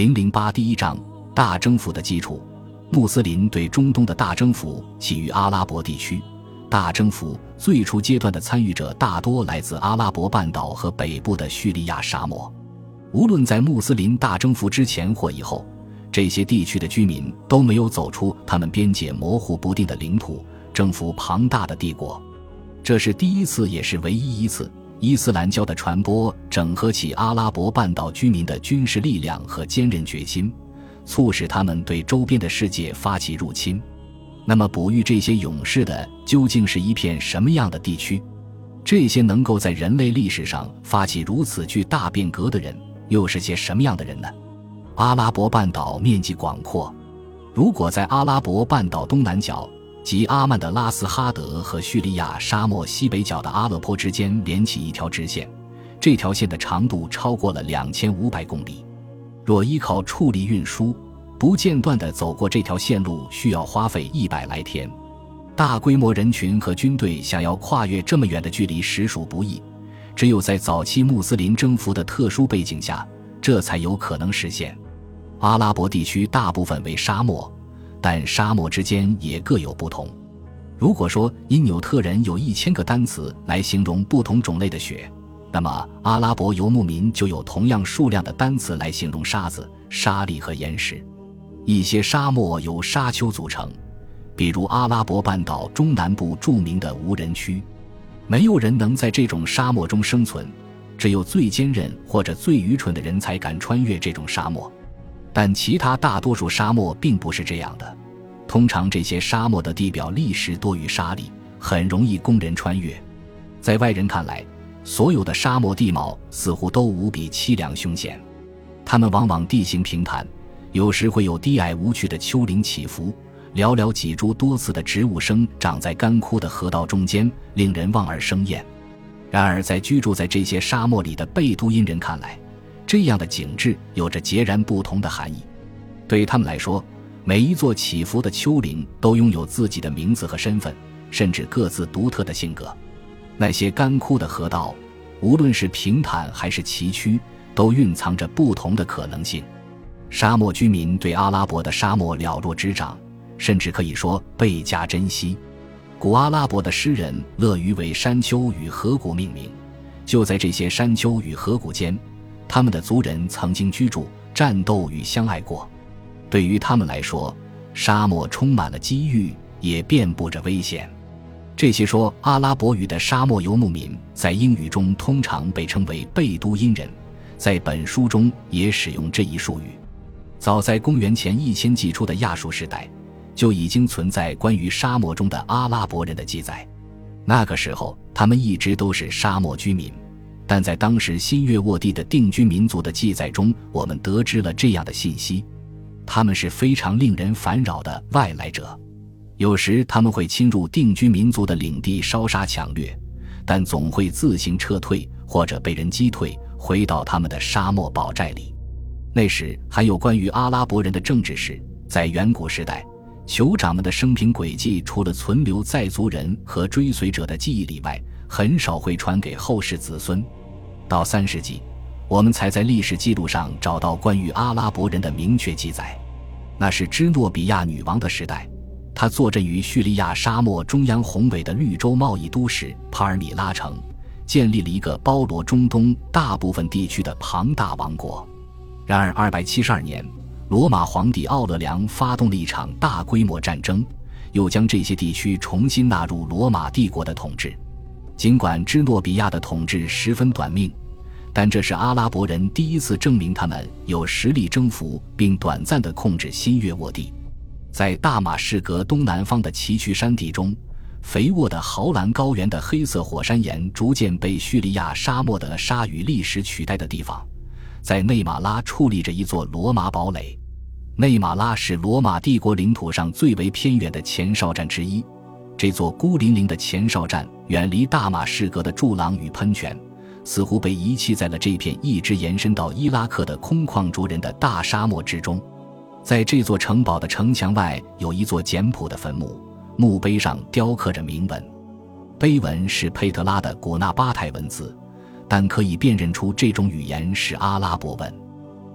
008第1章大征服的基础。穆斯林对中东的大征服起于阿拉伯地区，大征服最初阶段的参与者大多来自阿拉伯半岛和北部的叙利亚沙漠。无论在穆斯林大征服之前或以后，这些地区的居民都没有走出他们边界模糊不定的领土，征服庞大的帝国。这是第一次也是唯一一次伊斯兰教的传播整合起阿拉伯半岛居民的军事力量和坚韧决心，促使他们对周边的世界发起入侵。那么哺育这些勇士的究竟是一片什么样的地区？这些能够在人类历史上发起如此巨大变革的人又是些什么样的人呢？阿拉伯半岛面积广阔，如果在阿拉伯半岛东南角即阿曼的拉斯哈德和叙利亚沙漠西北角的阿勒颇之间连起一条直线，这条线的长度超过了2500公里。若依靠畜力运输，不间断地走过这条线路需要花费100来天。大规模人群和军队想要跨越这么远的距离实属不易，只有在早期穆斯林征服的特殊背景下，这才有可能实现。阿拉伯地区大部分为沙漠，但沙漠之间也各有不同。如果说因纽特人有1000个单词来形容不同种类的雪，那么阿拉伯游牧民就有同样数量的单词来形容沙子、沙砾和岩石。一些沙漠由沙丘组成，比如阿拉伯半岛中南部著名的无人区。没有人能在这种沙漠中生存，只有最坚韧或者最愚蠢的人才敢穿越这种沙漠。但其他大多数沙漠并不是这样的，通常这些沙漠的地表砾石多于沙砾，很容易供人穿越。在外人看来，所有的沙漠地貌似乎都无比凄凉凶险，它们往往地形平坦，有时会有低矮无趣的丘陵起伏，寥寥几株多刺的植物生长在干枯的河道中间，令人望而生厌。然而在居住在这些沙漠里的贝都因人看来，这样的景致有着截然不同的含义。对他们来说，每一座起伏的丘陵都拥有自己的名字和身份，甚至各自独特的性格。那些干枯的河道，无论是平坦还是崎岖，都蕴藏着不同的可能性。沙漠居民对阿拉伯的沙漠了若指掌，甚至可以说倍加珍惜。古阿拉伯的诗人乐于为山丘与河谷命名，就在这些山丘与河谷间，他们的族人曾经居住、战斗与相爱过。对于他们来说，沙漠充满了机遇，也遍布着危险。这些说阿拉伯语的沙漠游牧民在英语中通常被称为贝都因人，在本书中也使用这一术语。早在公元前1000纪初的亚述时代，就已经存在关于沙漠中的阿拉伯人的记载。那个时候他们一直都是沙漠居民，但在当时新月沃地的定居民族的记载中，我们得知了这样的信息：他们是非常令人烦扰的外来者。有时他们会侵入定居民族的领地烧杀抢掠，但总会自行撤退或者被人击退，回到他们的沙漠堡寨里。那时还有关于阿拉伯人的政治史。在远古时代，酋长们的生平轨迹除了存留在族人和追随者的记忆里外，很少会传给后世子孙。到3世纪，我们才在历史记录上找到关于阿拉伯人的明确记载。那是芝诺比亚女王的时代，她坐镇于叙利亚沙漠中央宏伟的绿洲贸易都市帕尔米拉城，建立了一个包罗中东大部分地区的庞大王国。然而272年，罗马皇帝奥勒良发动了一场大规模战争，又将这些地区重新纳入罗马帝国的统治。尽管芝诺比亚的统治十分短命，但这是阿拉伯人第一次证明他们有实力征服并短暂地控制新月沃地。在大马士革东南方的崎岖山地中，肥沃的豪兰高原的黑色火山岩逐渐被叙利亚沙漠的沙与砾石取代的地方，在内马拉矗立着一座罗马堡垒。内马拉是罗马帝国领土上最为偏远的前哨站之一，这座孤零零的前哨站远离大马士革的柱廊与喷泉，似乎被遗弃在了这片一直延伸到伊拉克的空旷灼人的大沙漠之中。在这座城堡的城墙外有一座简朴的坟墓，墓碑上雕刻着铭文，碑文是佩特拉的古纳巴泰文字，但可以辨认出这种语言是阿拉伯文。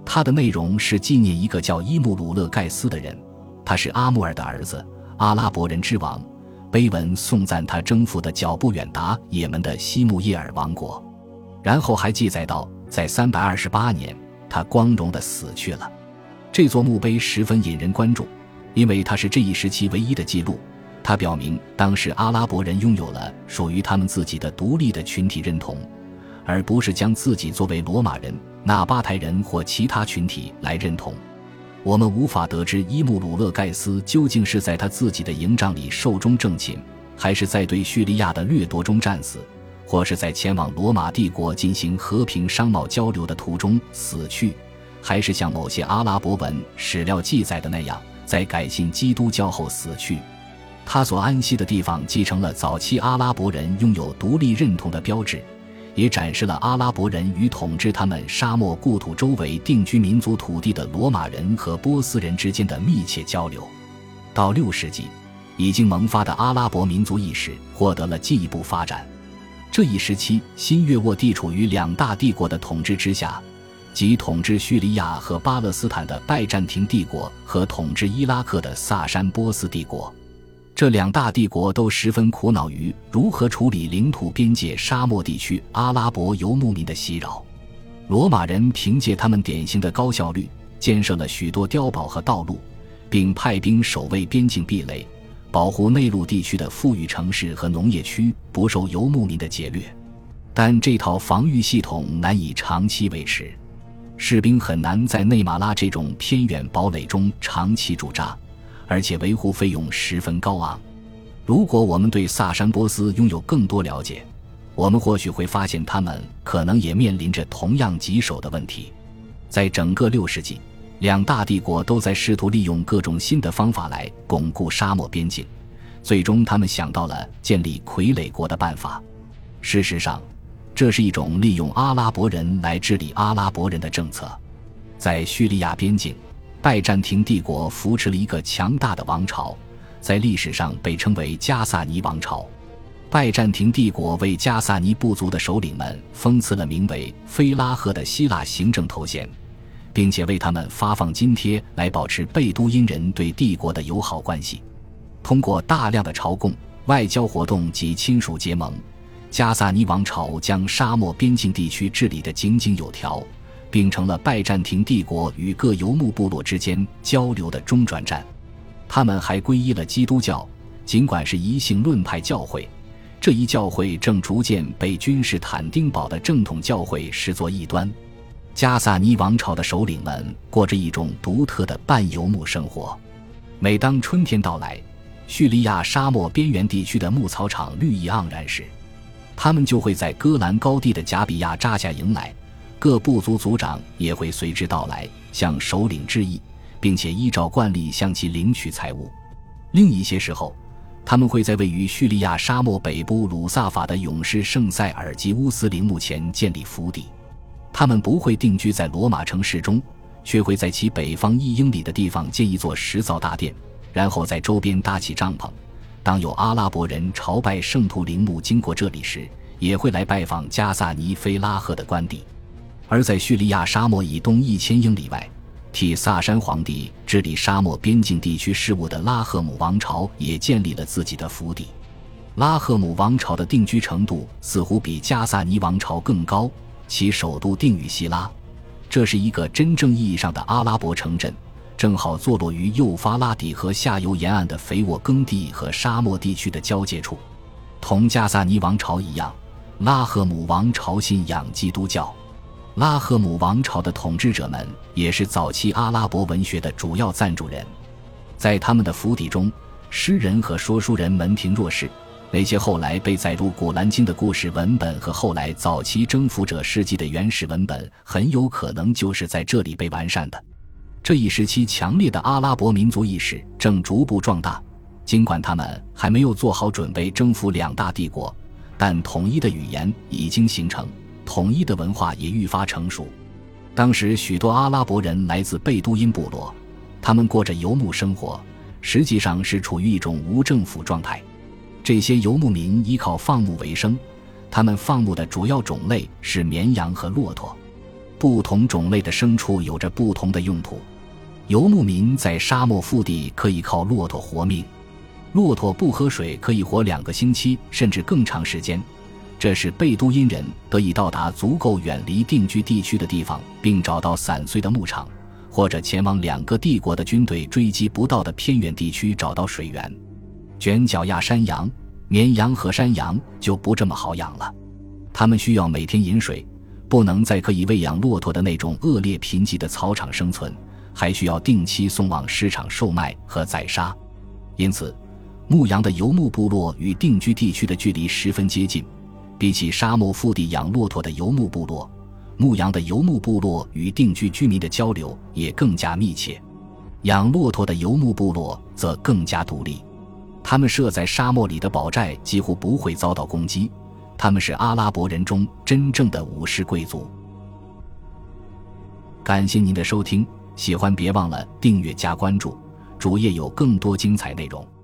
它的内容是纪念一个叫伊木鲁勒盖斯的人，他是阿穆尔的儿子，阿拉伯人之王。碑文颂赞他征服的脚步远达也门的西木耶尔王国。然后还记载到，在328年，他光荣地死去了。这座墓碑十分引人关注，因为它是这一时期唯一的记录。它表明当时阿拉伯人拥有了属于他们自己的独立的群体认同，而不是将自己作为罗马人、纳巴台人或其他群体来认同。我们无法得知伊木鲁勒盖斯究竟是在他自己的营帐里寿终正寝，还是在对叙利亚的掠夺中战死，或是在前往罗马帝国进行和平商贸交流的途中死去，还是像某些阿拉伯文史料记载的那样，在改信基督教后死去。他所安息的地方继承了早期阿拉伯人拥有独立认同的标志，也展示了阿拉伯人与统治他们沙漠故土周围定居民族土地的罗马人和波斯人之间的密切交流。到6世纪，已经萌发的阿拉伯民族意识获得了进一步发展。这一时期，新月沃地处于两大帝国的统治之下，即统治叙利亚和巴勒斯坦的拜占庭帝国和统治伊拉克的萨珊波斯帝国。这两大帝国都十分苦恼于如何处理领土边界沙漠地区阿拉伯游牧民的袭扰。罗马人凭借他们典型的高效率，建设了许多碉堡和道路，并派兵守卫边境壁垒，保护内陆地区的富裕城市和农业区不受游牧民的劫掠。但这套防御系统难以长期维持，士兵很难在内马拉这种偏远堡垒中长期驻扎，而且维护费用十分高昂。如果我们对萨珊波斯拥有更多了解，我们或许会发现他们可能也面临着同样棘手的问题。在整个6世纪，两大帝国都在试图利用各种新的方法来巩固沙漠边境，最终他们想到了建立傀儡国的办法。事实上，这是一种利用阿拉伯人来治理阿拉伯人的政策。在叙利亚边境，拜占庭帝国扶持了一个强大的王朝，在历史上被称为加萨尼王朝。拜占庭帝国为加萨尼部族的首领们封赐了名为菲拉赫的希腊行政头衔，并且为他们发放津贴来保持贝都因人对帝国的友好关系。通过大量的朝贡、外交活动及亲属结盟，加萨尼王朝将沙漠边境地区治理得井井有条，并成了拜占庭帝国与各游牧部落之间交流的中转站。他们还皈依了基督教，尽管是一性论派教会，这一教会正逐渐被君士坦丁堡的正统教会视作异端。加萨尼王朝的首领们过着一种独特的半游牧生活。每当春天到来，叙利亚沙漠边缘地区的牧草场绿意盎然时，他们就会在戈兰高地的贾比亚扎下营来，各部族族长也会随之到来，向首领致意，并且依照惯例向其领取财物。另一些时候，他们会在位于叙利亚沙漠北部鲁萨法的勇士圣塞尔吉乌斯陵墓前建立府邸。他们不会定居在罗马城市中，却会在其北方1英里的地方建一座石造大殿，然后在周边搭起帐篷。当有阿拉伯人朝拜圣徒陵墓经过这里时，也会来拜访加萨尼菲拉赫的官邸。而在叙利亚沙漠以东1000英里外，替萨珊皇帝治理沙漠边境地区事务的拉赫姆王朝也建立了自己的府邸。拉赫姆王朝的定居程度似乎比加萨尼王朝更高，其首都定于希拉，这是一个真正意义上的阿拉伯城镇，正好坐落于幼发拉底河下游沿岸的肥沃耕地和沙漠地区的交界处。同加萨尼王朝一样，拉赫姆王朝信仰基督教。拉赫姆王朝的统治者们也是早期阿拉伯文学的主要赞助人。在他们的府邸中，诗人和说书人门庭若市，那些后来被载入古兰经的故事文本和后来早期征服者事迹的原始文本很有可能就是在这里被完善的。这一时期强烈的阿拉伯民族意识正逐步壮大，尽管他们还没有做好准备征服两大帝国，但统一的语言已经形成，统一的文化也愈发成熟。当时许多阿拉伯人来自贝都因部落，他们过着游牧生活，实际上是处于一种无政府状态。这些游牧民依靠放牧为生，他们放牧的主要种类是绵羊和骆驼。 不同种类的牲畜有着不同的用途。游牧民在沙漠腹地可以靠骆驼活命，骆驼不喝水可以活2个星期甚至更长时间，这使贝都因人得以到达足够远离定居地区的地方，并找到散碎的牧场，或者前往2个帝国的军队追击不到的偏远地区找到水源。卷角亚山羊、绵羊和山羊就不这么好养了，它们需要每天饮水，不能在可以喂养骆驼的那种恶劣贫瘠的草场生存，还需要定期送往市场售卖和宰杀。因此，牧羊的游牧部落与定居地区的距离十分接近，比起沙漠腹地养骆驼的游牧部落，牧羊的游牧部落与定居居民的交流也更加密切。养骆驼的游牧部落则更加独立，他们设在沙漠里的堡寨几乎不会遭到攻击，他们是阿拉伯人中真正的武士贵族。感谢您的收听，喜欢别忘了订阅加关注，主页有更多精彩内容。